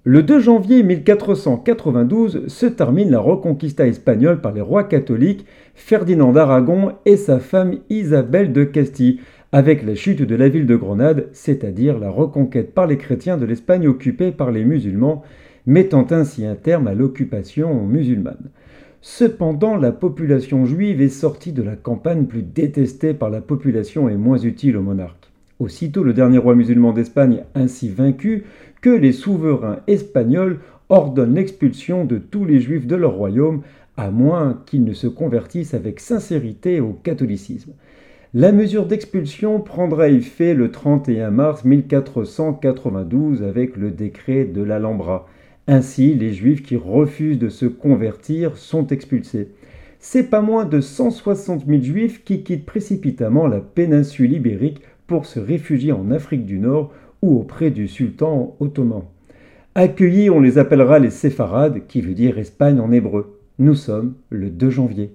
Le 2 janvier 1492 se termine la Reconquista espagnole par les rois catholiques Ferdinand d'Aragon et sa femme Isabelle de Castille, avec la chute de la ville de Grenade, c'est-à-dire la reconquête par les chrétiens de l'Espagne occupée par les musulmans, mettant ainsi un terme à l'occupation musulmane. Cependant, la population juive est sortie de la campagne plus détestée par la population et moins utile au monarque. Aussitôt le dernier roi musulman d'Espagne ainsi vaincu que les souverains espagnols ordonnent l'expulsion de tous les juifs de leur royaume, à moins qu'ils ne se convertissent avec sincérité au catholicisme. La mesure d'expulsion prendra effet le 31 mars 1492 avec le décret de l'Alhambra. Ainsi, les juifs qui refusent de se convertir sont expulsés. C'est pas moins de 160 000 juifs qui quittent précipitamment la péninsule ibérique pour se réfugier en Afrique du Nord ou auprès du sultan ottoman. Accueillis, on les appellera les séfarades, qui veut dire Espagne en hébreu. Nous sommes le 2 janvier.